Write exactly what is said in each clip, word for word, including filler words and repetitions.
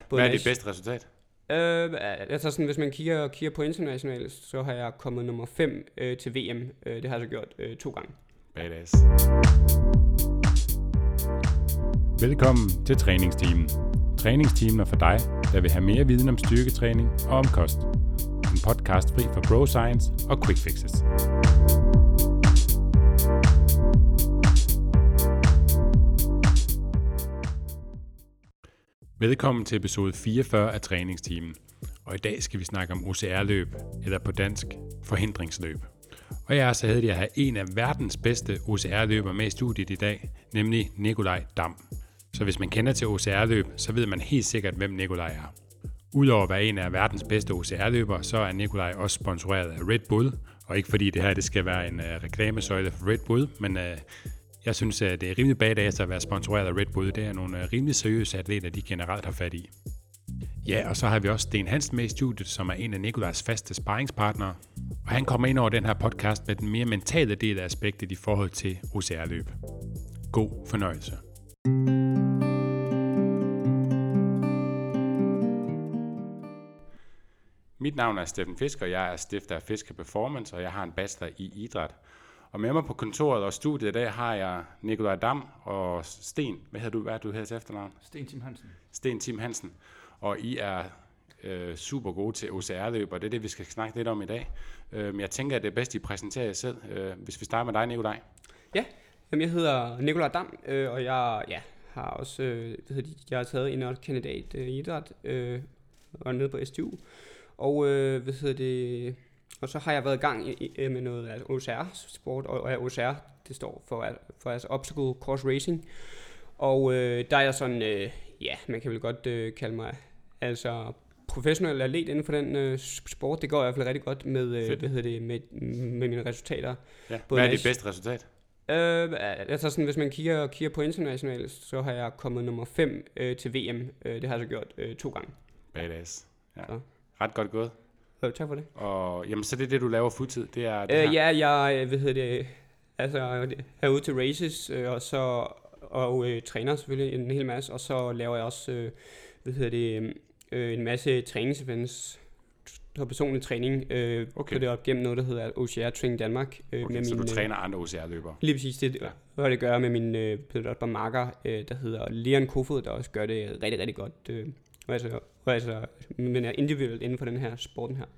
Hvad er dit bedste resultat? Øh, altså sådan, hvis man kigger, kigger på internationalt, så har jeg kommet nummer fem øh, til V M. Øh, det har jeg så gjort øh, to gange. Badass. Velkommen til træningsteamen. Træningsteamen er for dig, der vil have mere viden om styrketræning og om kost. En podcast fri for bro science og quick fixes. Velkommen til episode fireogfyrre af træningsteamen. Og i dag skal vi snakke om O C R-løb, eller på dansk forhindringsløb. Og jeg er så heldig at have en af verdens bedste O C R-løbere med i studiet i dag, nemlig Nikolaj Dam. Så hvis man kender til O C R-løb, så ved man helt sikkert, hvem Nikolaj er. Udover at være en af verdens bedste O C R-løbere, så er Nikolaj også sponsoreret af Red Bull. Og ikke fordi det her det skal være en uh, reklamesøjle for Red Bull, men uh, jeg synes, at det er rimelig badass at være sponsoreret af Red Bull. Det er nogle uh, rimelig seriøse atleter, de generelt har fat i. Ja, og så har vi også Sten Hansen med i studiet, som er en af Nikolajs faste sparringspartnere. Og han kommer ind over den her podcast med den mere mentale del af aspektet i forhold til O C R-løb. God fornøjelse. Mit navn er Steffen Fisker, og jeg er stifter af Fisker Performance, og jeg har en bachelor i idræt. Og med mig på kontoret og studiet i dag har jeg Nikolaj Dam og Sten. Hvad hedder du? Hvad er du her til efternavn? Sten Tim Hansen. Sten Tim Hansen. Og I er øh, super gode til O C R-løb, og det er det, vi skal snakke lidt om i dag. Øh, men jeg tænker, at det er bedst, at I præsenterer jer selv. Øh, hvis vi starter med dig, Nikolaj. Ja, jamen jeg hedder Nikolaj Dam, øh, og jeg ja, har også øh, jeg har taget en kandidat øh, i idræt øh, og nede på S T U. Og, øh, hvad hedder det, og så har jeg været i gang i, i, med noget altså O C R-sport, og, og O C R, det står for, for altså Obstacle Course Racing. Og øh, der er jeg sådan, øh, ja, man kan vel godt øh, kalde mig altså professionel atlet inden for den øh, sport. Det går i hvert fald rigtig godt med, øh, hvad hedder det, med, med mine resultater. Ja. Hvad er dit bedste resultat? Øh, altså sådan, hvis man kigger, kigger på internationalt, så har jeg kommet nummer fem øh, til V M. Øh, det har jeg så gjort øh, to gange. Badass. Ja. Så. Ret godt gået. Øh, tak for det. Og jamen, så det er det, du laver fuldtid? Det er det øh, her? Ja, jeg hvad hedder det, altså, er ude til races, øh, og så og øh, træner selvfølgelig en hel masse, og så laver jeg også øh, hvad hedder det, øh, en masse træningsevents og personlig træning øh, okay. på det op gennem noget, der hedder O C R Training Danmark. Øh, okay, med så min, du træner andre O C R-løbere? Lige præcis, det ja. Hvad det gør med min øh, marker, øh, der hedder Leon Kofod, der også gør det rigtig, rigtig godt. Øh, og altså, og altså, men er individuelt inden for den her sporten her.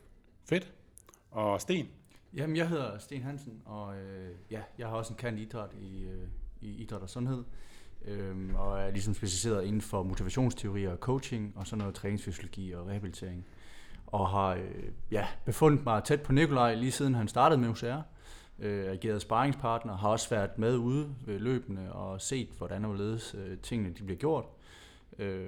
Fedt. Og Sten? Jamen, jeg hedder Sten Hansen, og øh, ja, jeg har også en kant idræt i, øh, i idræt og sundhed, øh, og er ligesom specialiseret inden for motivationsteori og coaching, og så noget træningsfysiologi og rehabilitering. Og har øh, ja, befundet mig tæt på Nikolaj lige siden han startede med O C R. Øh, ageret sparringspartner, har også været med ude ved løbende og set, hvordan og hvorledes øh, tingene de bliver gjort. Øh,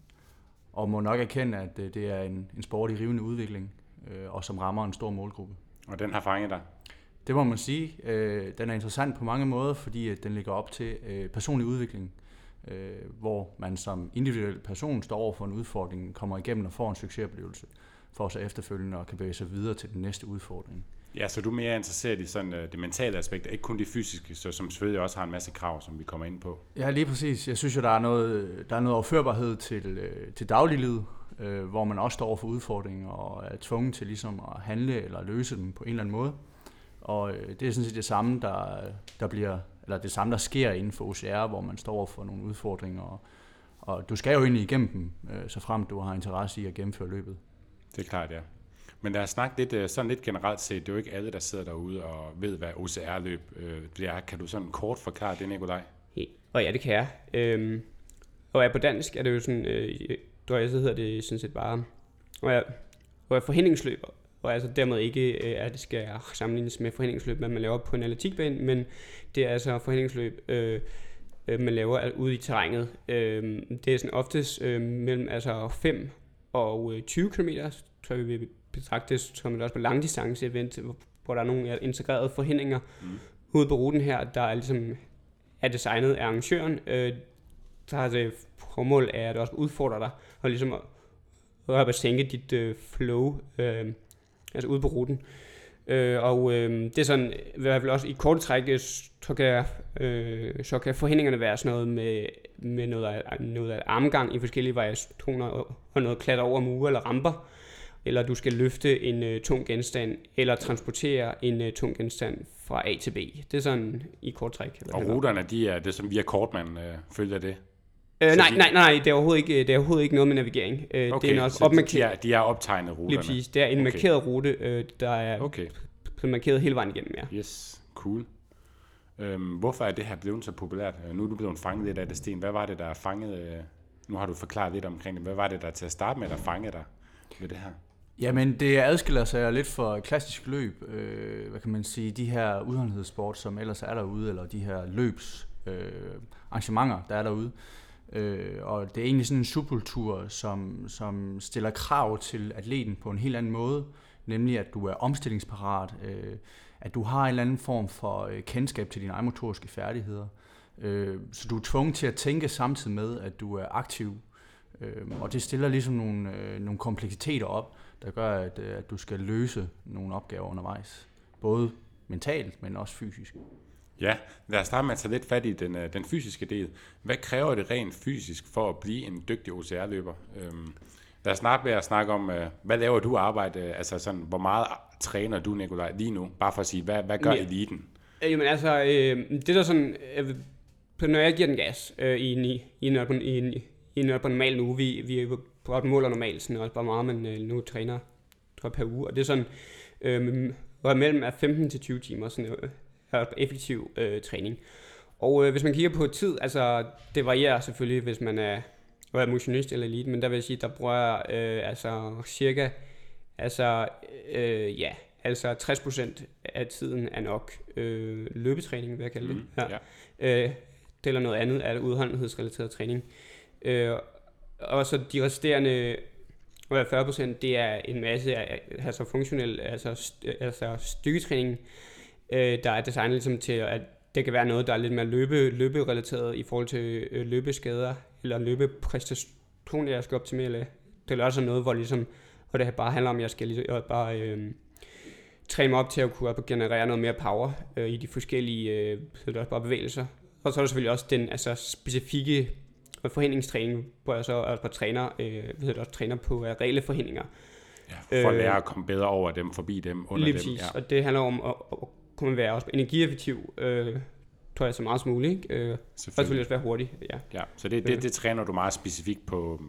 og må nok erkende, at øh, det er en, en sport i rivende udvikling, øh, og som rammer en stor målgruppe. Og den har fanget dig? Det må man sige. Øh, den er interessant på mange måder, fordi at den ligger op til øh, personlig udvikling, øh, hvor man som individuel person står over for en udfordring, kommer igennem og får en succesoplevelse, for så efterfølgende og kan bevæge sig videre til den næste udfordring. Ja, så du er mere interesseret i sådan, uh, det mentale aspekt, ikke kun det fysiske, så, som selvfølgelig også har en masse krav, som vi kommer ind på. Ja, lige præcis. Jeg synes jo, der er noget, der er noget overførbarhed til, øh, til dagliglivet, øh, hvor man også står over for udfordringer og er tvunget til ligesom at handle eller løse dem på en eller anden måde. Og øh, det er sådan set det samme, der, der bliver, eller det samme, der sker inden for O C R, hvor man står over for nogle udfordringer, og, og du skal jo egentlig igennem dem, øh, så frem du har interesse i at gennemføre løbet. Det er klart, ja. Men lad os snakke lidt, sådan lidt generelt set. Det er jo ikke alle, der sidder derude og ved, hvad O C R-løb øh, er. Kan du sådan kort forklare det, Nikolaj? Ja, og ja, det kan jeg. Øhm, og ja, på dansk er det jo sådan, øh, så hedder det sådan set bare, og ja, og ja, forhindringsløb, og altså dermed ikke, øh, at det skal sammenlignes med forhindringsløb, man laver på en atletikbane, men det er altså forhindringsløb, øh, man laver ude i terrænet. Øh, det er sådan oftest øh, mellem altså fem og tyve kilometer, så vi vil betragte det som også på langdistance event, hvor der er nogle integrerede forhindringer mm. ude på ruten her, der er ligesom er designet af arrangøren. Øh, der har det formål af at også udfordre dig og ligesom at, at sænke dit øh, flow, øh, altså ude på ruten. Øh, og øh, det er sådan, i hvert fald også i korte træk, så kan, øh, så kan forhindringerne være sådan noget med, med noget af, noget af armgang i forskellige variationer, og noget klatre over mure eller ramper, eller du skal løfte en øh, tung genstand, eller transportere en øh, tung genstand fra A til B. Det er sådan i kort træk. Og ruterne, de er det, som via kortmand øh, følger det? Øh, nej, nej, nej, det er, overhovedet ikke, det er overhovedet ikke noget med navigering. Øh, okay, det er noget så opmarkeret. De er, de er optegnet ruterne? Lige præcis. Det er en okay. markeret rute, øh, der er okay. markeret hele vejen igennem, ja. Yes, cool. Øhm, hvorfor er det her blevet så populært? Nu er du blevet fanget lidt af det, Sten. Hvad var det, der fangede... Øh, nu har du forklaret lidt omkring det. Hvad var det, der til at starte med, der fangede dig ved det her? Jamen, det adskiller sig lidt fra klassisk løb, øh, hvad kan man sige, de her udholdenhedssport, som ellers er derude, eller de her løbs øh, arrangementer, der er derude. Øh, og det er egentlig sådan en subkultur, som, som stiller krav til atleten på en helt anden måde, nemlig at du er omstillingsparat, øh, at du har en eller anden form for øh, kendskab til dine egen motoriske færdigheder. Øh, så du er tvunget til at tænke samtidig med, at du er aktiv. Øh, og det stiller ligesom nogle, øh, nogle kompleksiteter op, der gør, at, at du skal løse nogle opgaver undervejs. Både mentalt, men også fysisk. Ja, lad os starte med at tage lidt fat i den, den fysiske del. Hvad kræver det rent fysisk for at blive en dygtig O C R-løber? Øhm, lad os snart med at snakke om, hvad laver du arbejde? Altså sådan, hvor meget træner du, Nikolaj, lige nu? Bare for at sige, hvad, hvad gør ja. eliten? Jamen altså, øh, det der sådan, øh, når jeg giver den gas øh, i en i en i en i en normal uge, vi vi på måler normalt sådan også bare meget, men øh, nu træner tror jeg, per uge, og det er sådan øh, mellem femten til tyve timer sådan øh, effektiv øh, træning. Og øh, hvis man kigger på tid, altså det varierer selvfølgelig, hvis man er, er motionist eller elite, men der vil jeg sige, der bruger jeg øh, altså cirka altså øh, ja, altså tres procent af tiden er nok øh, løbetræning, vil jeg kalde det. Mm, ja. Ja. Øh, det eller noget andet er udholdenhedsrelateret træning. Øh, og så de resterende fyrre procent, det er en masse af altså funktionel, altså, st- altså styrketræning, øh, der er designet ligesom til, at det kan være noget, der er lidt mere løbe, løberelateret i forhold til øh, løbeskader, eller løbepræstation, jeg skal optimere. Det er også noget, hvor, ligesom, hvor det bare handler om, at jeg skal ligesom, bare øh, træne mig op til at kunne generere noget mere power øh, i de forskellige øh, bare bevægelser. Og så er der selvfølgelig også den altså, specifikke forhindringstræning, hvor jeg så også træner, øh, ved også træner på uh, reelle forhindringer. Ja, for at lære at komme bedre over dem, forbi dem, under lige dem. Præcis, ja. Og det handler om at, at kunne være også energieffektiv, øh, tror jeg så meget som muligt. Øh, og selvfølgelig også være hurtig. Ja, ja så det, det, det træner du meget specifikt på.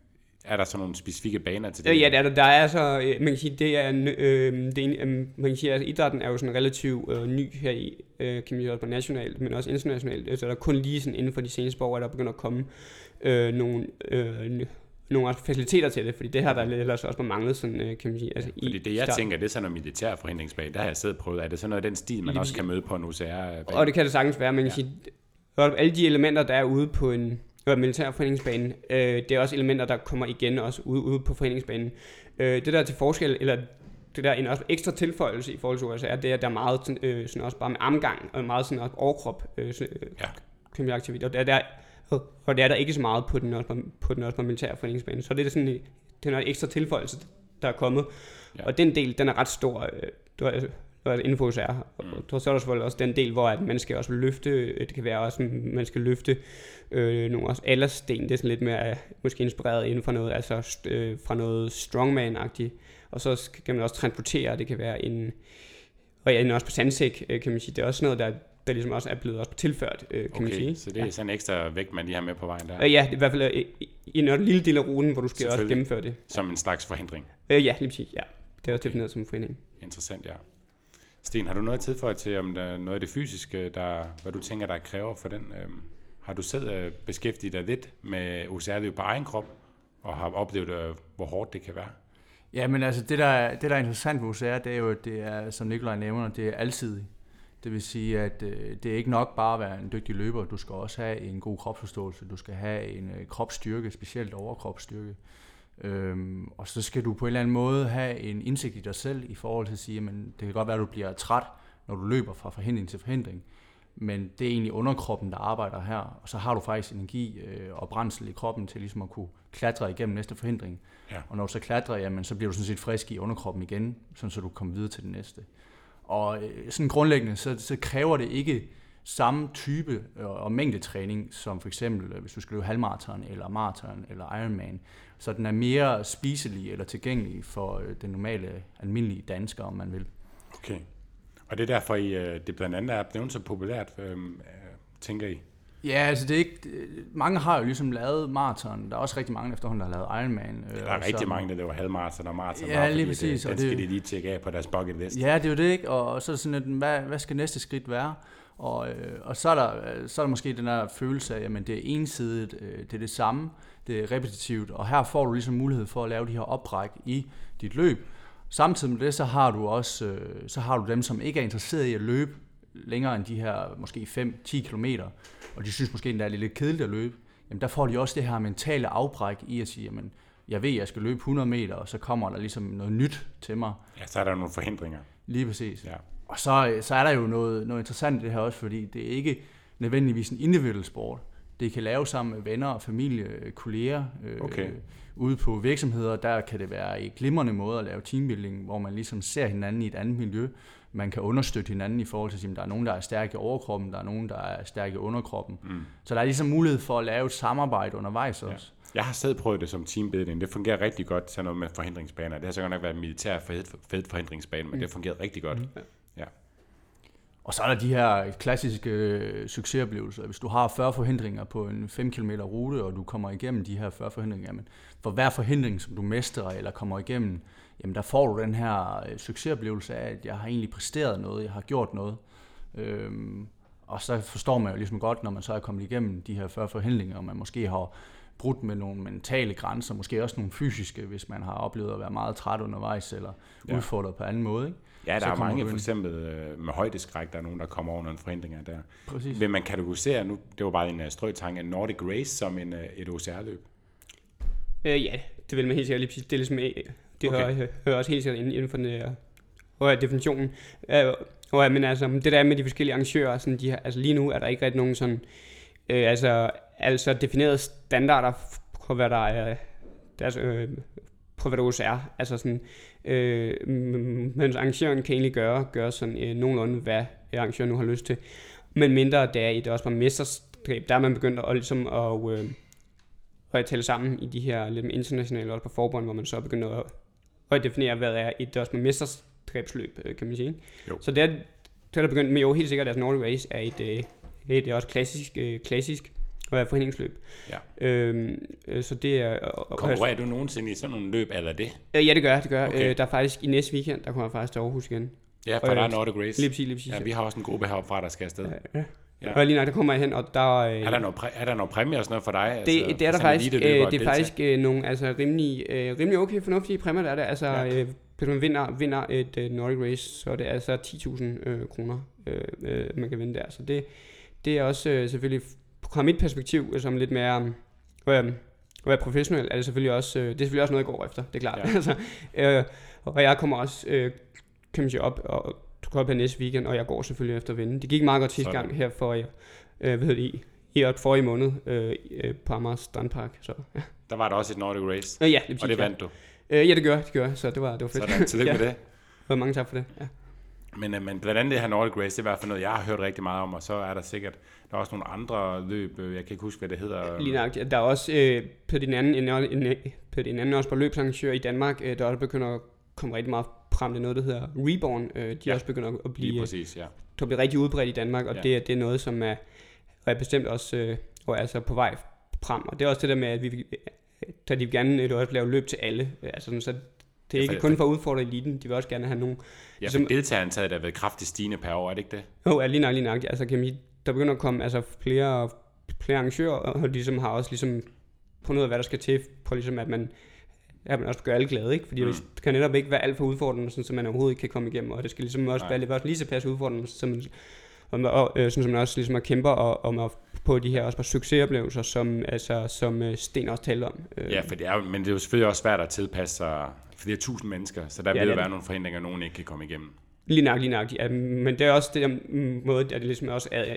Er der så nogle specifikke baner til det? Øh, ja, der, der er så, man kan sige, det er, øh, det er øh, man kan sige, at idrætten er jo sådan relativt øh, ny her i, øh, kan man sige, også nationalt, men også internationalt. Så der er kun lige sådan inden for de seneste år, der begynder at komme øh, nogle, øh, nogle faciliteter til det, fordi det her der ellers også manglet sådan, øh, kan man sige. Altså, ja, fordi det jeg start. tænker, det er sådan noget militær forhindringsbane, der har jeg siddet og prøvet. Er det sådan noget af den stil, man lige også kan møde på en O C R-bane? Og det kan det sagtens være, man kan ja. sige, alle de elementer, der er ude på en militær forhindringsbane, øh, det er også elementer, der kommer igen også ude, ude på forhindringsbanen. Øh, det der til forskel, eller det der en også ekstra tilføjelse i forhold til O C R, det er, at der er meget sådan, øh, sådan også bare med armgang, og meget sådan også overkrop øh, ja. aktivitet, og det er der, og det er der ikke så meget på den også på, på den også på militær forhindringsbane. Så det er sådan en, det er en ekstra tilføjelse, der er kommet. Ja. Og den del, den er ret stor. Øh, du er, inden for O C R. Og så er der selvfølgelig også den del, hvor at man skal også løfte, det kan være også, man skal løfte øh, nogle også aldersten, det er sådan lidt mere måske inspireret inden for noget, altså øh, fra noget strongman-agtigt, og så kan man også transportere, det kan være en, og ja, også på sandsæk, øh, kan man sige, det er også noget, der, der ligesom også er blevet også tilført, øh, kan okay, man sige. Så det er ja. sådan en ekstra vægt, man lige har med på vejen der? Øh, ja, det er i hvert fald øh, i en lille del af ruten, hvor du skal også gennemføre det. Som en slags forhindring? Øh, ja, lige præcis, ja. Det er også defineret som en forhindring. Interessant, ja. Sten, har du noget tid for til, om der er noget af det fysiske, der, hvad du tænker, der kræver for den? Øhm, har du selv øh, beskæftiget dig lidt med O C R-løb på egen krop, og har oplevet, øh, hvor hårdt det kan være? Ja, men altså det, der, det der er interessant ved O C R, det er jo, at det er, som Nikolaj nævner, det er alsidigt. Det vil sige, at øh, det er ikke nok bare at være en dygtig løber, du skal også have en god kropsforståelse, du skal have en øh, kropsstyrke, specielt overkropsstyrke. Øhm, og så skal du på en eller anden måde have en indsigt i dig selv i forhold til at sige, at det kan godt være, at du bliver træt, når du løber fra forhindring til forhindring, men det er egentlig underkroppen, der arbejder her, og så har du faktisk energi øh, og brændsel i kroppen til ligesom at kunne klatre igennem næste forhindring. Ja. Og når du så klatrer, jamen, så bliver du sådan set frisk i underkroppen igen, sådan så du kommer videre til det næste. Og øh, sådan grundlæggende, så, så kræver det ikke samme type og mængdetræning, som for eksempel, hvis du skal løbe halvmarathon, eller marathon, eller Ironman. Så den er mere spiselig eller tilgængelig for den normale, almindelige dansker, om man vil. Okay. Og det er derfor, I, det blandt andet er blevet så populært, øh, tænker I? Ja, altså det er ikke... Mange har jo ligesom lavet maraton. Der er også rigtig mange efterhånden, der har lavet Ironman. Der er rigtig mange, der laver halvmaraton og maraton. Ja, lige præcis. Det, den skal det, de lige tjekke af på deres bucket list. Ja, det er jo det, ikke? Og så er det sådan, at, hvad, hvad skal næste skridt være? Og, øh, og så, er der, så er der måske den der følelse af, at det er ensidigt, øh, det er det samme, det er repetitivt, og her får du ligesom mulighed for at lave de her opræk i dit løb. Samtidig med det, så har du også øh, så har du dem, som ikke er interesseret i at løbe længere end de her måske fem til ti kilometer, og de synes måske, det er lidt kedeligt at løbe. Jamen der får de også det her mentale afbræk i at sige, jamen jeg ved, at jeg skal løbe hundrede meter, og så kommer der ligesom noget nyt til mig. Ja, så er der nogle forhindringer. Lige præcis. Ja. Og så, så er der jo noget, noget interessant i det her også, fordi det er ikke nødvendigvis en individuel sport. Det kan laves sammen med venner og familie, kolleger. Okay. Øh, ude på virksomheder, der kan det være en glimrende måde at lave teambuilding, hvor man ligesom ser hinanden i et andet miljø. Man kan understøtte hinanden i forhold til, at der er nogen, der er stærke i overkroppen, der er nogen, der er stærke i underkroppen. Mm. Så der er ligesom mulighed for at lave et samarbejde undervejs også. Ja. Jeg har selv prøvet det som teambuilding. Det fungerer rigtig godt, sådan noget med forhindringsbaner. Det har så godt nok været en militær fed forhindringsbane, men mm. det fungerer rigtig godt. Mm. Ja. Og så er der de her klassiske øh, succesoplevelser. Hvis du har fyrre forhindringer på en fem kilometer rute, og du kommer igennem de her fyrre forhindringer, jamen, for hver forhindring, som du mestrer eller kommer igennem, jamen, der får du den her øh, succesoplevelse af, at jeg har egentlig præsteret noget, jeg har gjort noget. Øhm, og så forstår man jo ligesom godt, når man så er kommet igennem de her fyrre forhindringer, og man måske har brudt med nogle mentale grænser, måske også nogle fysiske, hvis man har oplevet at være meget træt undervejs, eller ja. udfordret på anden måde, ikke? Ja, der så er mange, for eksempel med højdeskræk, der er nogen, der kommer over nogle forhindringer der. Præcis. Vil man kategorisere, nu, det var bare en uh, strøtanke, Nordic Race som en, uh, et O C R-løb? Øh, ja, det vil man helt sikkert lige præcis. Det er ligesom, det okay. hører, hører også helt sikkert inden for den uh, definitionen. Uh, uh, men altså, det der med de forskellige arrangører, sådan de her, altså lige nu er der ikke rigtig nogen sådan, uh, altså, altså definerede standarder på, hvad der er, deres, uh, på hvad der O C R, altså sådan, Øh, men arrangøren kan egentlig gøre, gøre sådan øh, nogenlunde, hvad arrangøren nu har lyst til. Men mindre det er i det også på mesterskab, der er man begyndt at, ligesom at, øh, at tale sammen i de her lidt internationale også på forbund, hvor man så begynder at, at definere, hvad er et også med mesterskabsløb, kan man sige. Jo. Så det er, det er der begyndt med jo helt sikkert, at Nordic Race er et, et, et, et også klassisk, klassisk forhindringsløb. Ja. Øhm, så det er... Konkurrerer du nogensinde i sådan nogle løb, eller det? Øh, ja, det gør jeg, det gør okay. øh, Der er faktisk i næste weekend, der kommer jeg faktisk til Aarhus igen. Ja, for og der er Nordic Race. Lige præcis, lige præcis. Ja, vi har også en gruppe heroppe fra, der skal afsted. Ja, ja. Ja. Og lige nok, der kommer jeg hen, og der... Øh, er, der noget præ- er der noget præmie og sådan noget for dig? Det, altså, det er der faktisk. Øh, det er faktisk øh, nogle altså, rimelig, øh, rimelig okay fornuftige præmier, der er der. Altså, ja. øh, hvis man vinder, vinder et øh, Nordic Race, så er det altså ti tusind øh, kroner, øh, øh, man kan vinde der. Så det, det er også øh, selvfølgelig... Fra mit perspektiv, som lidt mere øh, at være professionel, er det selvfølgelig også, øh, det er selvfølgelig også noget, jeg går efter, det er klart. Ja. altså, øh, og jeg kommer også, øh, kan man sige, op og går op her næste weekend, og jeg går selvfølgelig efter at vinde. Det gik meget godt sidste gang her for, øh, hvad hedder det, i, i forrige måned øh, på Amager Strandpark. Så, ja. Der var der også et Nordic Race, øh, ja, det og det vandt ja. du? Øh, ja, det gør det gør så det var, det var fedt. Sådan, tillykke ja. med det. Og mange tak for det, ja. Men, men blandt andet det her Nordic Race, det er i hvert fald noget, jeg har hørt rigtig meget om, og så er der sikkert, der er også nogle andre løb, jeg kan ikke huske, hvad det hedder. Lige nok, der er også øh, på den anden, en, en, på den anden også på løbsarrangør i Danmark, øh, der også begynder at komme rigtig meget frem, det er noget, der hedder Reborn, øh, de ja, også begynder at blive, præcis, ja. der bliver rigtig udbredt i Danmark, og ja. det, det er noget, som er, er bestemt også øh, og er altså på vej frem, og det er også det der med, at vi, at de vil gerne øh, også lave løb til alle, altså sådan, så det er ikke ja, for, kun for at udfordre eliten, de vil også gerne have nogen... Ja, for deltagerantallet er været kraftigt stigende per år, er det ikke det? Jo, oh, ja, lige nok, lige nok. Altså, kan man, der begynder at komme altså, flere, flere arrangører, og ligesom har også ligesom fundet ud af, hvad der skal til, for ligesom at man, at man også gør alle glade, ikke? Fordi mm. det kan netop ikke være alt for udfordrende, sådan, så man overhovedet ikke kan komme igennem, og det skal ligesom også være også lige så passe udfordrende, som, og, og, øh, sådan, som man også ligesom er kæmper og, og, og på de her også på succesoplevelser, som, altså, som uh, Sten også talte om. Ja, for det er, men det er jo selvfølgelig også svært at tilpasse sig flere tusind mennesker, så der ja, vil jo være nogle forhindringer, nogen ikke kan komme igennem. Lige nok, lige nok. Ja, men det er også det der måde, at det ligesom også er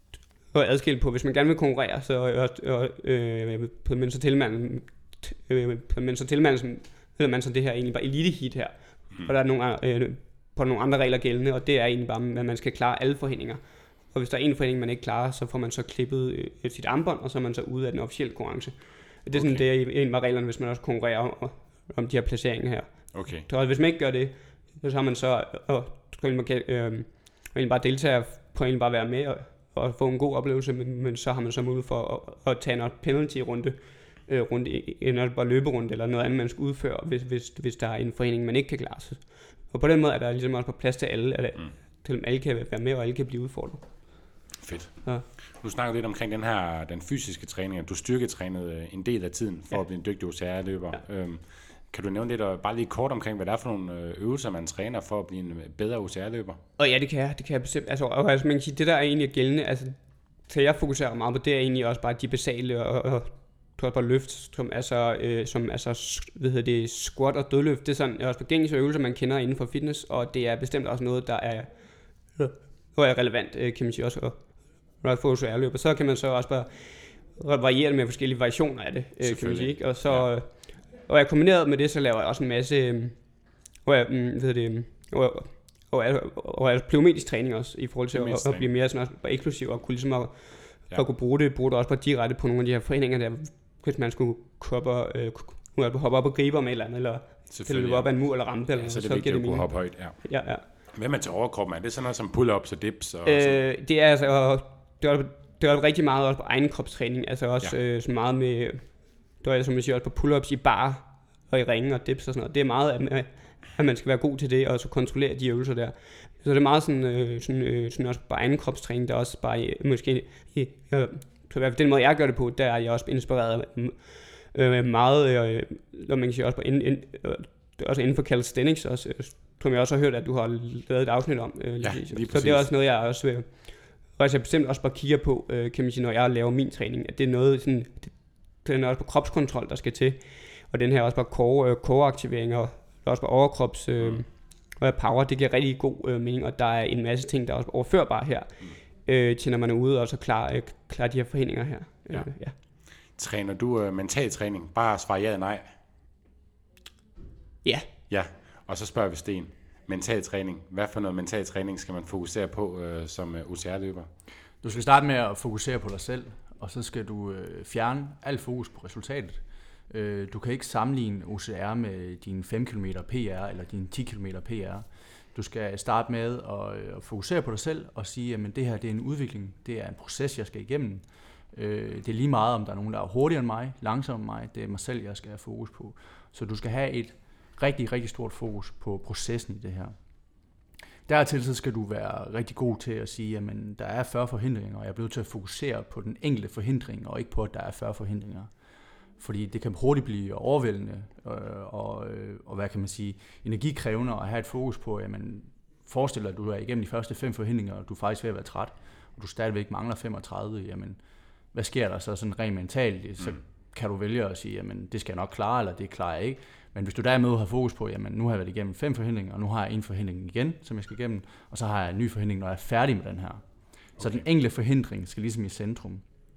at adskille på, hvis man gerne vil konkurrere, så og, øh, men så tilmanden, øh, men så tilmanden, hedder man så det her egentlig bare elite heat her, hmm. og der er nogle, øh, på nogle andre regler gældende, og det er egentlig bare, at man skal klare alle forhindringer. og hvis der er en forening, man ikke klarer, så får man så klippet øh, sit armbånd, og så er man så ude af den officielle konkurrence. Det er sådan, okay. Det er en af reglerne, hvis man også konkurrerer om, om de her placeringer her. Okay. Så hvis man ikke gør det, så har man så og, øh, man kan, øh, man bare deltage på egentlig bare være med og, og få en god oplevelse, men, men så har man så mulighed for at, at tage en penalty-runde, øh, runde, en bare løberunde eller noget andet, man skal udføre, hvis, hvis, hvis der er en forening, man ikke kan klare sig. Og på den måde er der ligesom også på plads til alle, at mm. til alle kan være med, og alle kan blive udfordret. Fedt. Ja. Du snakker lidt omkring den her, den fysiske træning, at du styrketrænede en del af tiden for ja. at blive en dygtig O C R-løber. Ja. Øhm, kan du nævne lidt, og bare lige kort omkring, hvad der er for nogle øvelser, man træner for at blive en bedre O C R-løber? Og ja, det kan jeg, det kan jeg bestemt. Altså, og altså, man kan sige, det der er egentlig gældende, altså, så jeg fokuserer meget på, det er egentlig også bare de basale og, og og bare løft, som altså, øh, som altså, hvad hedder det, squat og dødløft. Det er sådan også gængse øvelser, man kender inden for fitness, og det er bestemt også noget, der er, øh, er relevant, øh, kan man sige også, og få O C R-løber. Så kan man så også bare variere med forskellige variationer af det, øh, kan man sige, ikke? Og så, ja. Og jeg kombineret med det, så laver jeg også en masse, øh, og jeg, øh, hvad hedder det, og, og, og, og plyometrisk træning også, i forhold til at, at blive mere sådan også eksplosiv, og kunne ligesom at, ja. at kunne bruge det, bruge det også bare direkte på nogle af de her foreninger, der, hvis man skulle hoppe, øh, hoppe op og gribe om et eller andet, eller løbe op ad en mur eller rampe, eller ja, så det er så vigtigt det at kunne hoppe højt. Ja. Ja, ja. Hvad med til overkroppen? Er det sådan noget som pull-ups og dips? Og øh, det er altså, det er, det er rigtig meget også på egen kropstræning, altså også ja. øh, så meget med, det er som man siger også på pull-ups i bar og i ringe og dips og sådan noget. Det er meget, at, at man skal være god til det, og så kontrollere de øvelser der. Så det er meget sådan, øh, sådan, øh, sådan også på egen kropstræning, der også bare måske, øh, øh, så i hvert fald den måde, jeg gør det på, der er jeg også inspireret øh, meget, øh, når man kan sige også, på ind, ind, øh, også inden for calisthenics, også, øh, som jeg også har hørt, at du har lavet et afsnit om. Øh, ja, så det er også noget, jeg også vil, og jeg bestemt også bare kigger på, øh, kan man sige, når jeg laver min træning, at det er noget, sådan, det, det er også på kropskontrol, der skal til, og den her også bare core, øh, core-aktivering, og også på overkrops, øh, mm. og power, det giver rigtig god øh, mening, og der er en masse ting, der er også overførbare her. Mm. Øh, til når man er ude og så klar, øh, klar de her forhindringer her. Ja. Øh, ja. Træner du øh, mental træning? Bare svar ja eller nej. Ja. Ja, og så spørger vi Sten. Mental træning. Hvad for noget mental træning skal man fokusere på øh, som øh, O C R-løber? Du skal starte med at fokusere på dig selv, og så skal du øh, fjerne alt fokus på resultatet. Øh, du kan ikke sammenligne O C R med din fem kilometer P R eller din ti kilometer P R. Du skal starte med at, at fokusere på dig selv og sige, at det her det er en udvikling, det er en proces, jeg skal igennem. Det er lige meget, om der er nogen, der er hurtigere end mig, langsommere end mig, det er mig selv, jeg skal have fokus på. Så du skal have et rigtig, rigtig stort fokus på processen i det her. Dertil så skal du være rigtig god til at sige, at der er fyrre forhindringer, og jeg er blevet til at fokusere på den enkelte forhindring, og ikke på, at der er fyrre forhindringer. Fordi det kan hurtigt blive overvældende øh, og, øh, og hvad kan man sige, energikrævende at have et fokus på, jamen forestil dig, at du er igennem de første fem forhindringer, og du er faktisk ved at være træt, og du stadigvæk mangler femogtredive, jamen hvad sker der så sådan rent mentalt? Så kan du vælge at sige, jamen det skal jeg nok klare, eller det klarer jeg ikke. Men hvis du derimod har fokus på, jamen nu har jeg været igennem fem forhindringer, og nu har jeg en forhindring igen, som jeg skal igennem, og så har jeg en ny forhindring, når jeg er færdig med den her. Okay. Så den enkelte forhindring skal ligesom i centrum.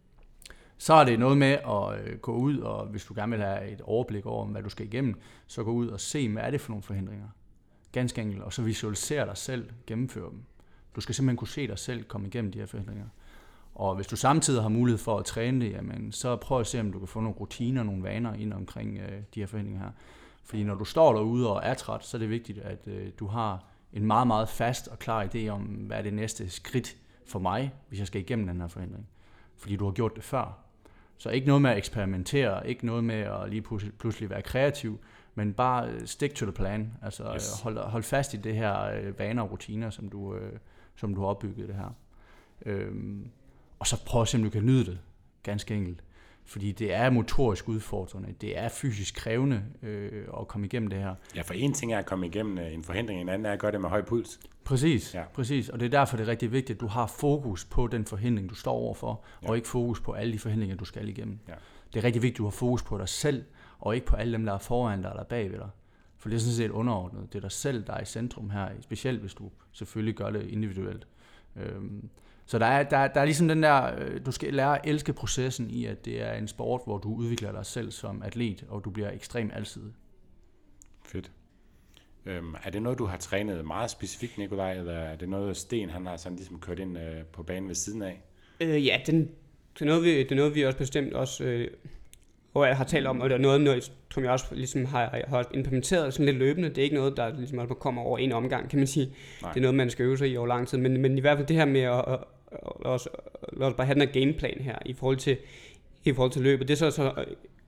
Så er det noget med at gå ud, og hvis du gerne vil have et overblik over, hvad du skal igennem, så gå ud og se, hvad er det for nogle forhindringer. Ganske enkelt, og så visualisere dig selv, gennemføre dem. Du skal simpelthen kunne se dig selv komme igennem de her forhindringer. Og hvis du samtidig har mulighed for at træne det, jamen, så prøv at se, om du kan få nogle rutiner, nogle vaner ind omkring øh, de her forhindringer her. Fordi når du står derude og er træt, så er det vigtigt, at øh, du har en meget, meget fast og klar idé om, hvad er det næste skridt for mig, hvis jeg skal igennem den her forhindring. Fordi du har gjort det før. Så ikke noget med at eksperimentere, ikke noget med at lige pludselig være kreativ, men bare stick to the plan. Altså yes. hold, hold fast i det her øh, vaner og rutiner, som du, øh, som du har opbygget det her. Øhm, og så prøv at se, om du kan nyde det, ganske enkelt. Fordi det er motorisk udfordrende, det er fysisk krævende øh, at komme igennem det her. Ja, for en ting er at komme igennem en forhindring, en anden er at gøre det med høj puls. Præcis, ja. præcis. Og det er derfor, det er rigtig vigtigt, at du har fokus på den forhindring, du står overfor, ja. og ikke fokus på alle de forhindringer, du skal igennem. Ja. Det er rigtig vigtigt, at du har fokus på dig selv, og ikke på alle dem, der er foran dig eller bagved dig. For det er sådan set underordnet. Det er dig selv, der er i centrum her, specielt hvis du selvfølgelig gør det individuelt. Øhm, Så der er, der, der er ligesom den der, du skal lære at elske processen i, at det er en sport, hvor du udvikler dig selv som atlet, og du bliver ekstremt alsidig. Fedt. Øhm, er det noget, du har trænet meget specifikt, Nikolaj, eller er det noget, Sten han har sådan ligesom kørt ind øh, på banen ved siden af? Øh, ja, den, det, er noget, vi, det er noget, vi også bestemt også, øh, og jeg har talt om, og det er noget, noget som jeg også ligesom har, har implementeret sådan lidt løbende. Det er ikke noget, der ligesom også kommer over en omgang, kan man sige. Nej. Det er noget, man skal øve sig i over lang tid, men, men i hvert fald det her med at, at, at, at også, lad os bare have den her gameplan her, i forhold til, i forhold til løbet. Det er så, så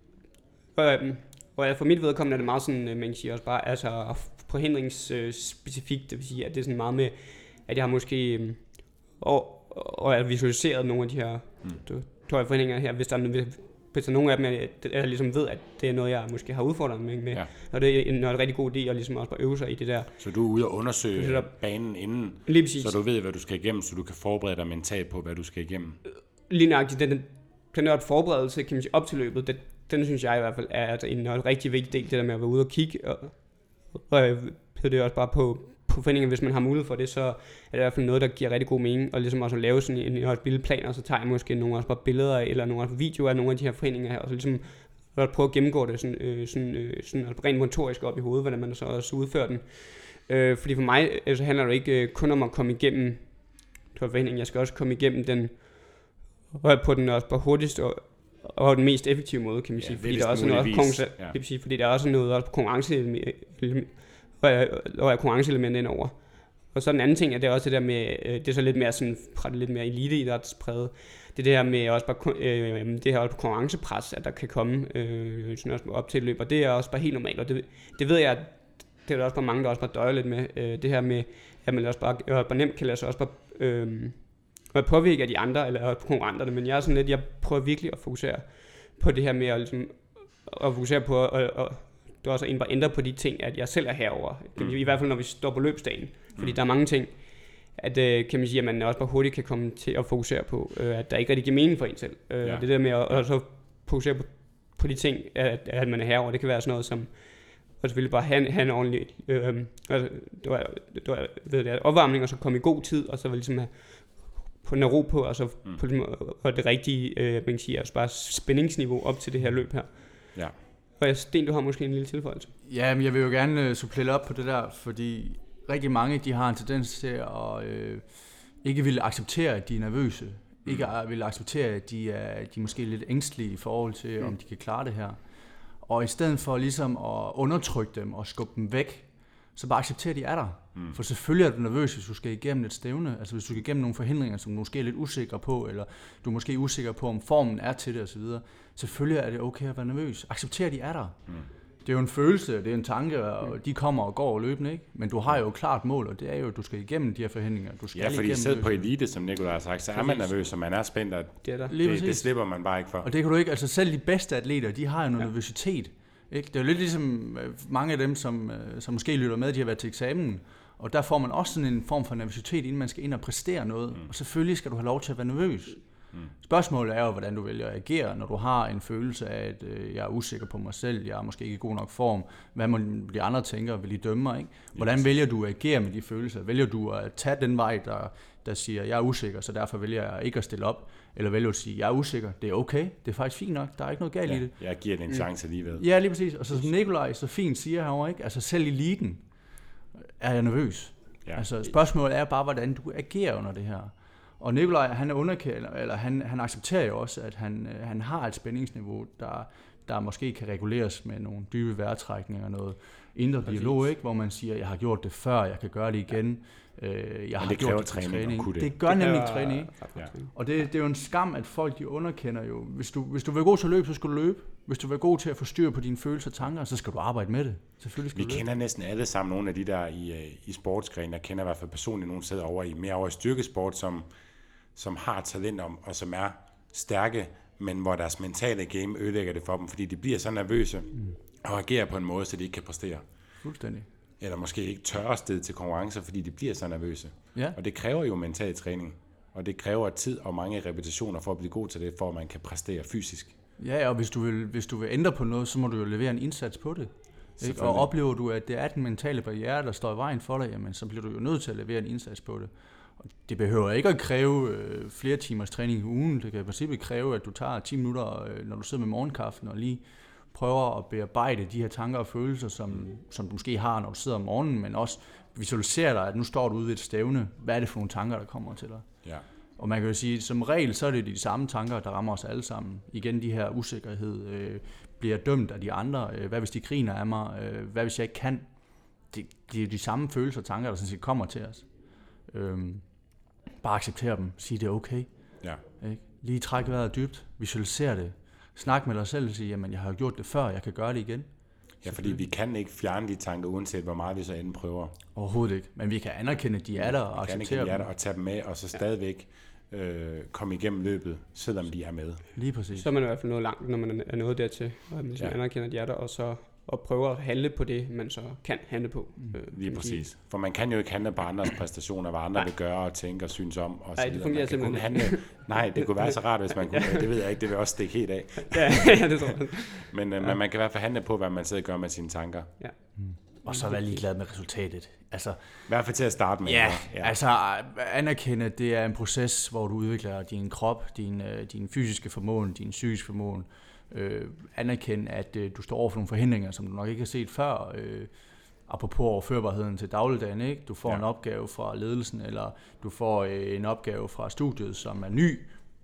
øh, og for mit vedkommende er det meget sådan, man kan sige også bare, altså forhindringsspecifikt, det vil sige, at det er sådan meget med, at jeg har måske, øh, og, og jeg har visualiseret nogle af de her mm. tøjforhindringer her, hvis der er hvis der er nogen af dem, jeg, jeg ligesom ved, at det er noget, jeg måske har udfordret mig med. Ja. Og det er en, en rigtig god idé at ligesom også bare øve sig i det der. Så du er ude og undersøge der, banen inden, så du ved, hvad du skal igennem, så du kan forberede dig mentalt på, hvad du skal igennem? Lige nøjagtigt. Den, den der forberedelse, kan man sige, op til løbet, den, den synes jeg i hvert fald er altså en, en rigtig vigtig del, det der med at være ude og kigge. Og, og det er også bare på, på foreningen, hvis man har mulighed for det, så er det i hvert fald noget, der giver rigtig god mening, og ligesom også at lave sådan en, en billedplan, og så tager jeg måske nogle også bare billeder, eller nogle videoer af nogle af de her foreninger her, og så ligesom at prøve at gennemgå det sådan, øh, sådan, øh, sådan altså rent motorisk op i hovedet, hvordan man så også udfører den. Øh, fordi for mig øh, så handler det ikke øh, kun om at komme igennem foreningen, jeg skal også komme igennem den, og på den også bare hurtigst og, og den mest effektive måde, kan man sige, ja, fordi der er også noget konkurrence, ja. sige, fordi der er også noget også konkurrence og er konkurrenceelement indover. Og så den anden ting, at det er også det der med, det er så lidt mere sådan, lidt mere eliteidrætspræget. Det der med også bare, øh, det her også konkurrencepres, at der kan komme øh, sådan også op til et løb, og det er også bare helt normalt, og det, det ved jeg, det er der også bare mange, der også bare døjer lidt med, øh, det her med, at man også bare, øh, bare nemt kan lade sig også bare øh, påvirke af de andre, eller konkurrenterne, men jeg er sådan lidt, jeg prøver virkelig at fokusere på det her med at, ligesom, at fokusere på at, at det er også en bare ændre på de ting, at jeg selv er herover. Mm. I hvert fald når vi står på løbsdagen. Fordi mm. der er mange ting, at øh, kan man sige, at man også bare hurtigt kan komme til at fokusere på, øh, at der ikke rigtig giver mening for en selv. Øh, ja. Det der med at, at så fokusere på, på de ting, at, at man er herover, det kan være sådan noget som, og selvfølgelig bare have, have en ordentlig øh, altså, det var, det var, ved det, opvarmning, og så komme i god tid, og så ligesom have på den ro på, og så mm. på, på det rigtige, øh, man kan sige, altså bare spændingsniveau op til det her løb her. Ja. Og Sten, du har måske en lille tilføjelse. Ja, men jeg vil jo gerne uh, supplere op på det der, fordi rigtig mange, de har en tendens til at øh, ikke ville acceptere, at de er nervøse. Mm. Ikke vil acceptere, at de er, de er måske lidt ængstelige i forhold til, mm. om de kan klare det her. Og i stedet for ligesom at undertrykke dem og skubbe dem væk, så bare acceptere, at de er der. Mm. For selvfølgelig er du nervøs, hvis du skal igennem et stævne. Altså hvis du skal igennem nogle forhindringer, som du måske er lidt usikker på, eller du er måske usikker på, om formen er til det osv. Selvfølgelig er det okay at være nervøs. Accepter, at de er der. Mm. Det er jo en følelse, det er en tanke, og de kommer og går løbende, ikke? Men du har jo klart mål, og det er jo, at du skal igennem de her forhindringer. Du skal ja, fordi selv på elite, som Nikolaj har sagt, så er man nervøs, og man er spændt, og det, det, det, det slipper man bare ikke for. Og det kan du ikke, altså selv de bedste atleter, de har jo noget ja. nervøsitet. Ikke? Det er jo lidt ligesom mange af dem, som, som måske lytter med, de har været til eksamen, og der får man også sådan en form for nervøsitet, inden man skal ind og præstere noget. Mm. Og selvfølgelig skal du have lov til at være nervøs. Mm. Spørgsmålet er jo, hvordan du vælger at agere, når du har en følelse af, at øh, jeg er usikker på mig selv, jeg er måske ikke i god nok form. Hvad må de andre tænker, vil de dømme mig? Ikke? Hvordan yes. vælger du at agere med de følelser? Vælger du at tage den vej, der, der siger, jeg er usikker, så derfor vælger jeg ikke at stille op? Eller vælger du at sige, jeg er usikker, det er okay, det er faktisk fint nok, der er ikke noget galt ja, i det. Jeg giver det en chance alligevel. Ja, lige præcis. Og så som Nikolaj så fint siger herovre, ikke? Altså selv i eliten er jeg nervøs. Ja. Altså spørgsmålet er bare, hvordan du agerer under det her. Og Nikolaj, han er underkendt, eller han, han accepterer jo også, at han, han har et spændingsniveau, der, der måske kan reguleres med nogle dybe vejrtrækninger, noget indre dialog, ikke? Hvor man siger, jeg har gjort det før, jeg kan gøre det igen. Ja. Øh, jeg har det gjort det træning. træning. Det. det gør det nemlig træning. Ja. Og det, det er jo en skam, at folk de underkender jo. Hvis du, hvis du vil gå til at løbe, så skal du løbe. Hvis du vil gå til at få styr på dine følelser og tanker, så skal du arbejde med det. Selvfølgelig skal Vi du løbe. kender næsten alle sammen nogle af de der i, i sportsgrene. Jeg kender i hvert fald personligt nogle steder over i mere over i styrkesport, som som har talent om, og som er stærke, men hvor deres mentale game ødelægger det for dem, fordi de bliver så nervøse mm. og agerer på en måde, så de ikke kan præstere. Fuldstændig. Eller måske ikke tør at stede til konkurrencer, fordi de bliver så nervøse. Ja. Og det kræver jo mental træning, og det kræver tid og mange repetitioner for at blive god til det, for at man kan præstere fysisk. Ja, og hvis du vil, hvis du vil ændre på noget, så må du jo levere en indsats på det. Ikke? Og oplever du, at det er den mentale barriere, der står i vejen for dig, jamen, så bliver du jo nødt til at levere en indsats på det. Det behøver ikke at kræve øh, flere timers træning i ugen. Det kan i princippet kræve, at du tager ti minutter, øh, når du sidder med morgenkaffen, og lige prøver at bearbejde de her tanker og følelser, som, som du måske har, når du sidder om morgenen, men også visualisere dig, at nu står du ude ved et stævne. Hvad er det for nogle tanker, der kommer til dig? Ja. Og man kan jo sige, som regel, så er det de samme tanker, der rammer os alle sammen. Igen de her usikkerhed. Øh, bliver jeg dømt af de andre? Øh, hvad hvis de griner af mig? Øh, hvad hvis jeg ikke kan? Det, det er de samme følelser og tanker, der sådan set kommer til os. Øh, bare acceptere dem. Sige, det er okay. Ja. Ikke? Lige træk vejret dybt. Visualisere det. Snak med dig selv og sige, jamen jeg har gjort det før, jeg kan gøre det igen. Ja, fordi vi kan ikke fjerne de tanker, uanset hvor meget vi så end prøver. Overhovedet ikke. Men vi kan anerkende, at de er der og vi acceptere kan dem. Og tage dem med, og så stadigvæk øh, komme igennem løbet, selvom de er med. Lige præcis. Så er man i hvert fald nået langt, når man er nået dertil, og man ja. anerkender, at de er der, og så og prøver at handle på det, man så kan handle på. Mm. Lige præcis. For man kan jo ikke handle på andres præstationer, hvad andre nej. vil gøre og tænke og synes om. Og nej, det fungerer simpelthen handle. Nej, det kunne være så rart, hvis man kunne. Ja. Det ved jeg ikke, det vil også stikke helt af. ja, ja, det tror jeg. men, øh, ja. men man kan i hvert fald handle på, hvad man sidder og gør med sine tanker. Ja. Mm. Og så være ligeglad med resultatet. Altså, i hvert fald til at starte med. Ja, ja. altså anerkende, det er en proces, hvor du udvikler din krop, din, din fysiske formåen, din psykiske formåen. Øh, anerkende, at øh, du står over for nogle forhindringer, som du nok ikke har set før. Øh, apropos overførbarheden til dagligdagen, ikke? Du får ja. en opgave fra ledelsen, eller du får øh, en opgave fra studiet, som er ny.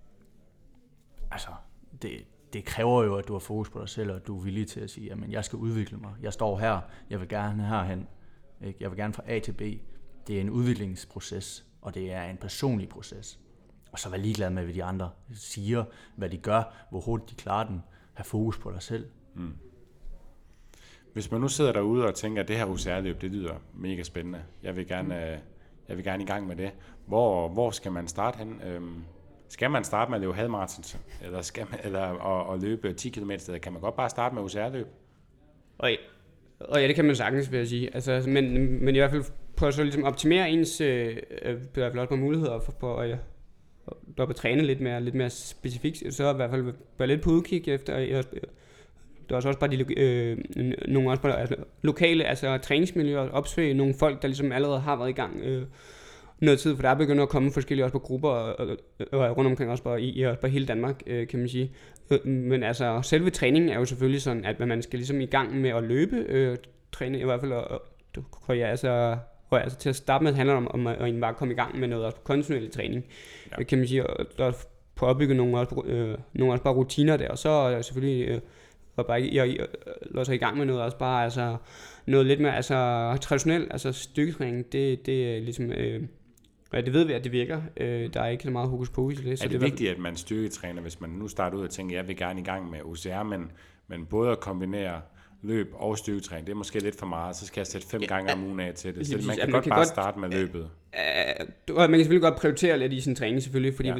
Altså, det, det kræver jo, at du har fokus på dig selv, og at du er villig til at sige, jamen, jeg skal udvikle mig. Jeg står her, jeg vil gerne herhen. Ikke? Jeg vil gerne fra A til B. Det er en udviklingsproces, og det er en personlig proces. Og så vær ligeglad med, hvad de andre siger, hvad de gør, hvor hurtigt de klarer den. Have fokus på dig selv. Mm. Hvis man nu sidder derude og tænker, at det her U C R-løb, det lyder mega spændende. Jeg vil gerne, mm. jeg vil gerne i gang med det. Hvor, hvor skal man starte hen? Øhm, skal man starte med at løbe halvmarathon, eller skal man, eller at, at løbe ti kilometer? Kan man godt bare starte med U C R-løb? Og ja, og ja, det kan man sagtens, vil jeg sige. Altså, men, men i hvert fald på at så ligesom optimere ens øh, i hvert fald også på muligheder for, på at op at træne lidt mere, lidt mere specifikt, så i hvert fald være lidt på udkig efter. Jeg, der er også bare de øh, nogle også bare, altså, lokale altså træningsmiljøer, opsøge nogle folk, der ligesom allerede har været i gang øh, noget tid, for der er begyndt at komme forskellige også på grupper og, og, og rundt omkring også bare i, i bare hele Danmark, øh, kan man sige. Men altså selve træningen er jo selvfølgelig sådan, at man skal ligesom i gang med at løbe, øh, træne i hvert fald, og, og ja, altså og altså til at starte med handler det om, om at, at bare komme i gang med noget også på kontinuerlig træning, ja. kan man sige, og der er på at opbygge nogle også, øh, nogle også bare rutiner der, og så er selvfølgelig øh, og bare jeg, jeg, jeg, sig i gang med noget også bare altså noget lidt mere altså traditionelt, altså styrketræning, det det er ligesom øh, ja, det ved vi at det virker. Øh, der er ikke så meget hokus pokus i det. Så er det, det vigtigt, at man styrketræner, hvis man nu starter ud og tænker, jeg vil gerne i gang med U C R, men men både at kombinere løb og styrketræning, det er måske lidt for meget, så skal jeg sætte fem ja, gange om ugen af til det. Så man kan ja, man godt kan bare godt, starte med løbet. Uh, man kan selvfølgelig godt prioritere lidt i sin træning, selvfølgelig, fordi ja.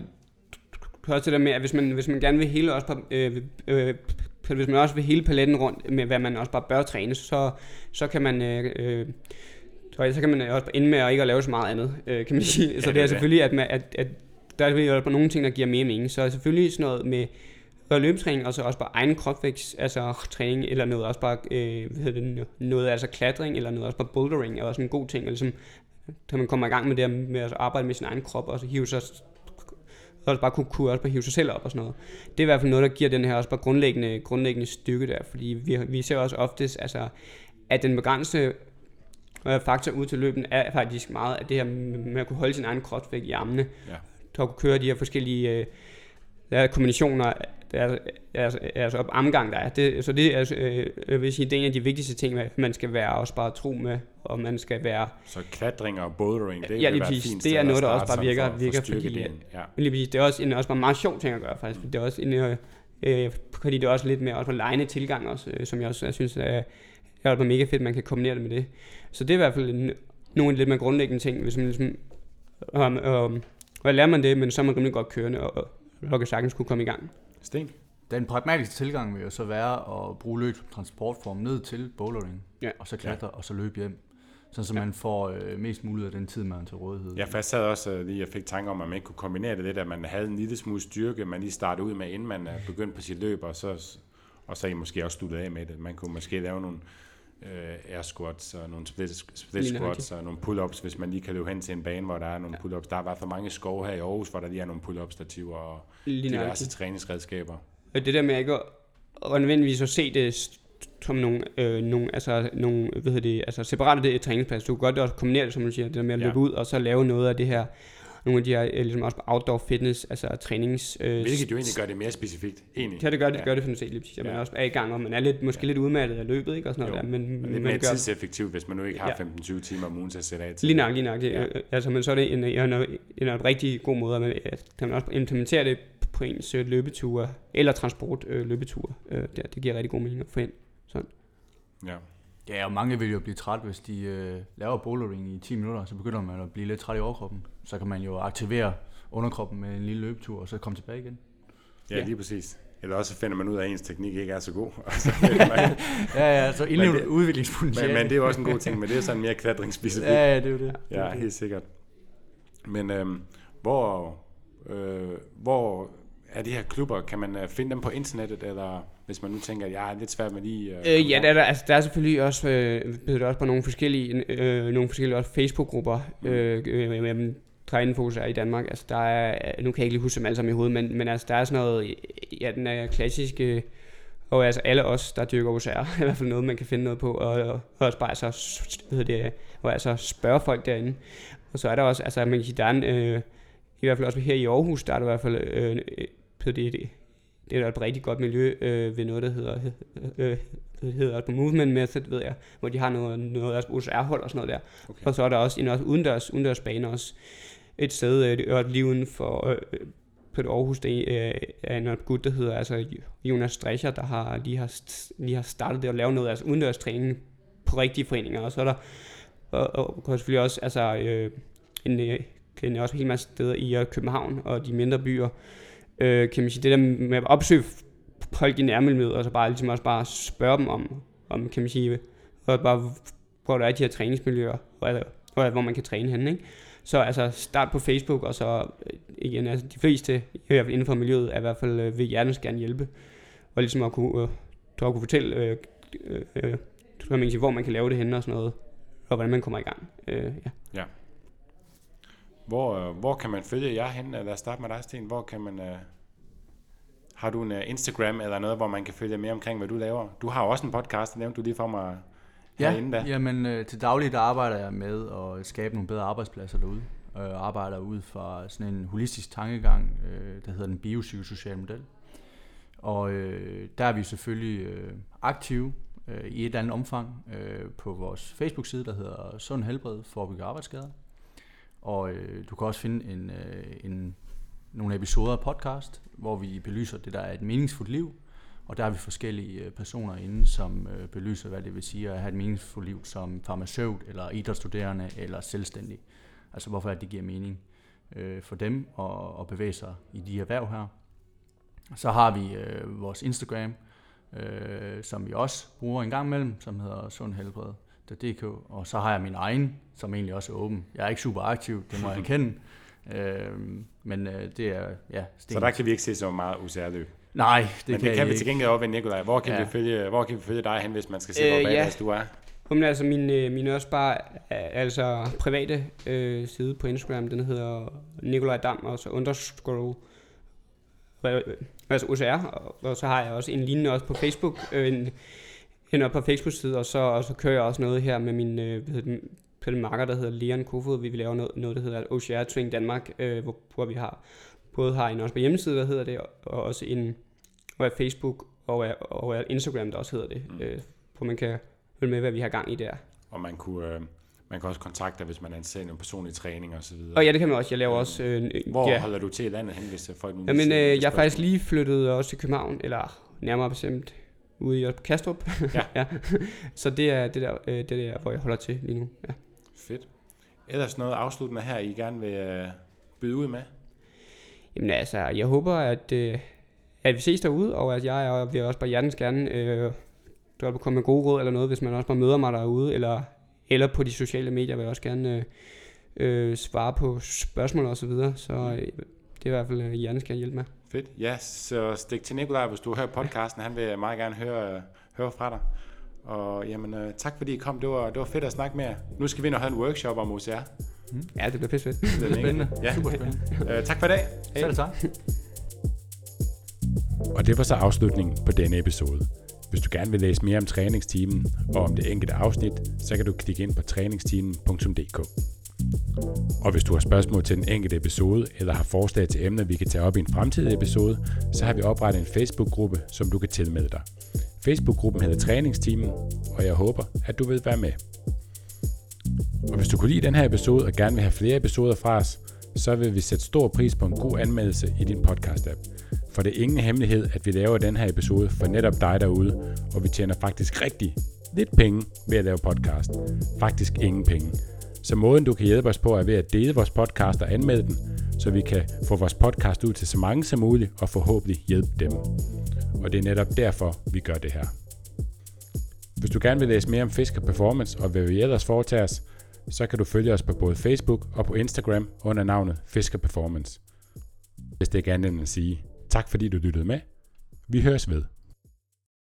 du også det der med, at hvis man, hvis man gerne vil hele også, øh, øh, hvis man også vil hele paletten rundt med, hvad man også bare bør træne, så, så kan man øh, så kan man også ende med at ikke at lave så meget andet, øh, kan man sige. Så ja, det er selvfølgelig, at, man, at, at der er jo nogle ting, der giver mere mening. Så selvfølgelig sådan noget med løbetræning, og så også bare egen kropsvækst, altså træning, eller noget også bare, øh, hvad hedder det, noget altså klatring, eller noget også bare bouldering, er også en god ting, og ligesom, da man kommer i gang med det med at arbejde med sin egen krop, og så hive sig, og bare kunne, kunne også bare hive sig selv op og sådan noget. Det er i hvert fald noget, der giver den her også bare grundlæggende, grundlæggende styrke der, fordi vi, vi ser også oftest, altså, at den begrænsede faktor ud til løben er faktisk meget, at det her med at kunne holde sin egen kropsvægt i armene, ja. Der kunne køre de her forskellige øh, der kombinationer, der er, altså, altså op armgang der er. Det, så det er, øh, jeg vil sige, det er en af de vigtigste ting, man skal være også bare tro med, og man skal være. Så klatring og bouldering, det ja, vil være et fint det er noget, der også bare virker, for, virker for fordi, ja. Lige præcis, det er også en også bare meget sjov ting at gøre faktisk. Det er også en, øh, øh, fordi det er også lidt mere også lejende tilgang også, øh, som jeg også jeg synes er, er mega fedt, man kan kombinere det med det. Så det er i hvert fald en, nogle af de lidt mere grundlæggende ting, hvis man ligesom, um, um, og lærer man det, men så er man rimelig godt kørende, og, og kan sagtens kunne komme i gang. Sten? Den pragmatiske tilgang vil jo så være at bruge løb som transportform ned til bouldering, ja. Og så klatre, ja. Og så løbe hjem. Sådan så ja. Man får øh, mest muligt af den tid, man har til rådighed. Jeg fast sad også lige, jeg fik tanker om, at man ikke kunne kombinere det lidt, at man havde en lille smule styrke, man lige startede ud med, inden man er begyndt på sit løb, og så, og så er I måske også sluttet af med det. Man kunne måske lave nogle øh, air squats, og nogle split, split squats, og nogle pull-ups, hvis man lige kan løbe hen til en bane, hvor der er nogle ja. Pull-ups. Der er i hvert fald mange skove her i Aarhus, hvor der lige er nogle pull-up stativer og diverse træningsredskaber. Det der med ikke at, og nødvendigvis at se det som nogle, øh, nogle, altså, nogle hvad hedder det, altså separate træningspladser. Du kan godt også kombinere det, som du siger, det der med at løbe ja. ud, og så lave noget af det her, nogle af de her, ligesom også outdoor fitness, altså trænings... Øh, Hvilket jo egentlig gør det mere specifikt, egentlig. Ja, det gør det, ja. gør det for den selv, at man ja. også er i gang, og man er lidt, måske ja. lidt udmattet af løbet, ikke? Og sådan noget der, men, men lidt mere tidseffektivt, hvis man nu ikke har ja. femten til tyve timer om ugen til at sætte af til. Lige nok, lige nok. Ja. Altså, men så er det en, en, en, en rigtig god måde, at man også implementere det på ens løbeture, eller transport øh, løbeture. Øh, det, det giver rigtig god mening at få ind. Sådan. Ja. Ja, og mange vil jo blive træt, hvis de øh, laver bouldering i ti minutter, så begynder man at blive lidt træt i overkroppen. Så kan man jo aktivere underkroppen med en lille løbetur, og så komme tilbage igen. Ja, ja. Lige præcis. Eller også finder man ud af, at ens teknik ikke er så god. ja, ja, så indlevet udviklingspotentiale. Men, men det er jo også en god ting, men det er sådan mere klatringsspecifikt. Ja, ja, det er jo det. Ja, helt sikkert. Men øhm, hvor, øh, hvor er de her klubber? Kan man finde dem på internettet, eller hvis man nu tænker, at jeg er lidt svært med lige... Øh, øh, ja, der er, der, altså, der er selvfølgelig også, øh, ved du, også på nogle forskellige, øh, nogle forskellige også Facebook-grupper, mm. øh, øh, Træningsfokus er i Danmark. Altså, der er, nu kan jeg ikke lige huske dem alle sammen i hovedet, men, men altså, der er sådan noget, ja, den er klassiske, og altså alle os, der dyrker O C R, i hvert fald noget, man kan finde noget på, og, og også bare altså, hvad det, og altså spørge folk derinde. Og så er der også, altså man kan sige, der er en, øh, i hvert fald også her i Aarhus, der er der i hvert fald, øh, det, det, det er der et rigtig godt miljø øh, ved noget, der hedder, øh, det hedder på Movement Method, ved jeg, hvor de har noget, noget af O C R-hold og sådan noget der. Okay. Og så er der også en også udendørs, udendørs bane også, et sted, øh, og lige uden for øh, på det Aarhus, det øh, er en gut, der hedder altså Jonas Strecher, der har lige har, lige har startet det at lave noget altså udendørs træning på rigtige foreninger, og så er der og, og, og selvfølgelig også altså øh, en, øh, en også en hel masse steder i uh, København og de mindre byer, øh, kan man sige, det der med at opsøge folk i nærmiljøet, og så bare ligesom også bare spørge dem om, om kan man sige, og bare, hvor der er de her træningsmiljøer, og, og hvor man kan træne henne, ikke? Så altså start på Facebook, og så igen, altså de fleste inden for miljøet er i hvert fald øh, vil hjertens gerne hjælpe, og ligesom at kunne, øh, at kunne fortælle, øh, øh, man kan sige, hvor man kan lave det henne og sådan noget, og hvordan man kommer i gang. Øh, ja. ja. Hvor, hvor kan man følge jer hen? Lad os starte med dig, Sten. Hvor kan man... Øh, har du en uh, Instagram eller noget, hvor man kan følge mere omkring, hvad du laver? Du har også en podcast, det nævnte du lige for mig herinde. Ja, jamen øh, til daglig der arbejder jeg med at skabe nogle bedre arbejdspladser derude. Jeg øh, arbejder ud fra sådan en holistisk tankegang, øh, der hedder den biopsykosociale model. Og øh, der er vi selvfølgelig øh, aktive øh, i et eller andet omfang øh, på vores Facebook-side, der hedder Sund Helbred Forebygge Arbejdsskader. Og øh, du kan også finde en, øh, en, nogle episoder af podcast, hvor vi belyser det, der er et meningsfuldt liv. Og der har vi forskellige personer inde, som øh, belyser, hvad det vil sige at have et meningsfuldt liv som farmaceut, eller idrætsstuderende, eller selvstændig. Altså hvorfor det giver mening øh, for dem at, at bevæge sig i de erhverv her. Så har vi øh, vores Instagram, øh, som vi også bruger en gang imellem, som hedder sundhelbred punktum d k. Og så har jeg min egen, som egentlig også er åben. Jeg er ikke super aktiv, det må jeg erkende. øh, men øh, det er, ja... Sten. Så der kan vi ikke se så meget O C R-løb? Nej, det men kan det kan vi ikke. Til gengæld op ved Nikolaj. Hvor kan, ja. vi følge, hvor kan vi følge dig hen, hvis man skal se, hvor øh, badass ja. du er? Men altså min, min også bare altså private øh, side på Instagram, den hedder Nikolaj Dam, og så underscore altså O C R, og, og så har jeg også en lignende også på Facebook, øh, en, en på Facebook-side, og så, og så kører jeg også noget her med min øh, på den marker, der hedder Leon Kofod. Vi vil lave noget, noget der hedder O C R Training Danmark, øh, hvor, hvor vi har både har en også på hjemmeside, der hedder det, og også en og Facebook og, og Instagram, der også hedder det, mm. øh, hvor man kan følge med, hvad vi har gang i der. Og man kunne, øh, man kan også kontakte dig, hvis man er ansat i en personlig træning og så videre. Og ja, det kan man også. Jeg laver også... Øh, Hvor ja. holder du til i landet hen, hvis folk nu... Jamen, øh, jeg er faktisk lige flyttet også til København, eller nærmere bestemt ude i Kastrup. Ja. ja. Så det er det der, øh, det der, hvor jeg holder til lige nu. Ja. Fedt. Ellers noget afsluttende her, I gerne vil øh, byde ud med? Jamen altså, jeg håber, at, øh, at vi ses derude, og at jeg og vil også bare hjertens gerne øh, du vil komme med gode råd eller noget, hvis man også bare møder mig derude, eller, eller på de sociale medier vil jeg også gerne øh, øh, svare på spørgsmål og så videre, så øh, det er i hvert fald øh, hjertens gerne hjælpe med. Fedt. Ja, så stik til Nikolaj, hvis du hører podcasten, han vil meget gerne høre, høre fra dig. Og jamen, øh, tak fordi I kom, det var, det var fedt at snakke med jer. Nu skal vi ind og have en workshop om O C R. Mm. Ja, det bliver pisse fedt. Det er spændende. Ja. Super spændende. øh, tak for i dag. Selv tak. Og det var så afslutningen på denne episode. Hvis du gerne vil læse mere om træningsteamen og om det enkelte afsnit, så kan du klikke ind på træningsteamen punktum d k. Og hvis du har spørgsmål til den enkelte episode, eller har forslag til emner, vi kan tage op i en fremtidig episode, så har vi oprettet en Facebook-gruppe, som du kan tilmelde dig. Facebook-gruppen hedder Træningsteamen, og jeg håber, at du vil være med. Og hvis du kunne lide den her episode og gerne vil have flere episoder fra os, så vil vi sætte stor pris på en god anmeldelse i din podcast-app. For det er ingen hemmelighed, at vi laver den her episode for netop dig derude, og vi tjener faktisk rigtig lidt penge ved at lave podcast. Faktisk ingen penge. Så måden du kan hjælpe os på er ved at dele vores podcast og anmelde den, så vi kan få vores podcast ud til så mange som muligt og forhåbentlig hjælpe dem. Og det er netop derfor, vi gør det her. Hvis du gerne vil læse mere om Fisker Performance og hvad vi ellers foretager os, så kan du følge os på både Facebook og på Instagram under navnet Fisker Performance. Hvis det ikke er andet end at sige tak fordi du lyttede med. Vi høres ved.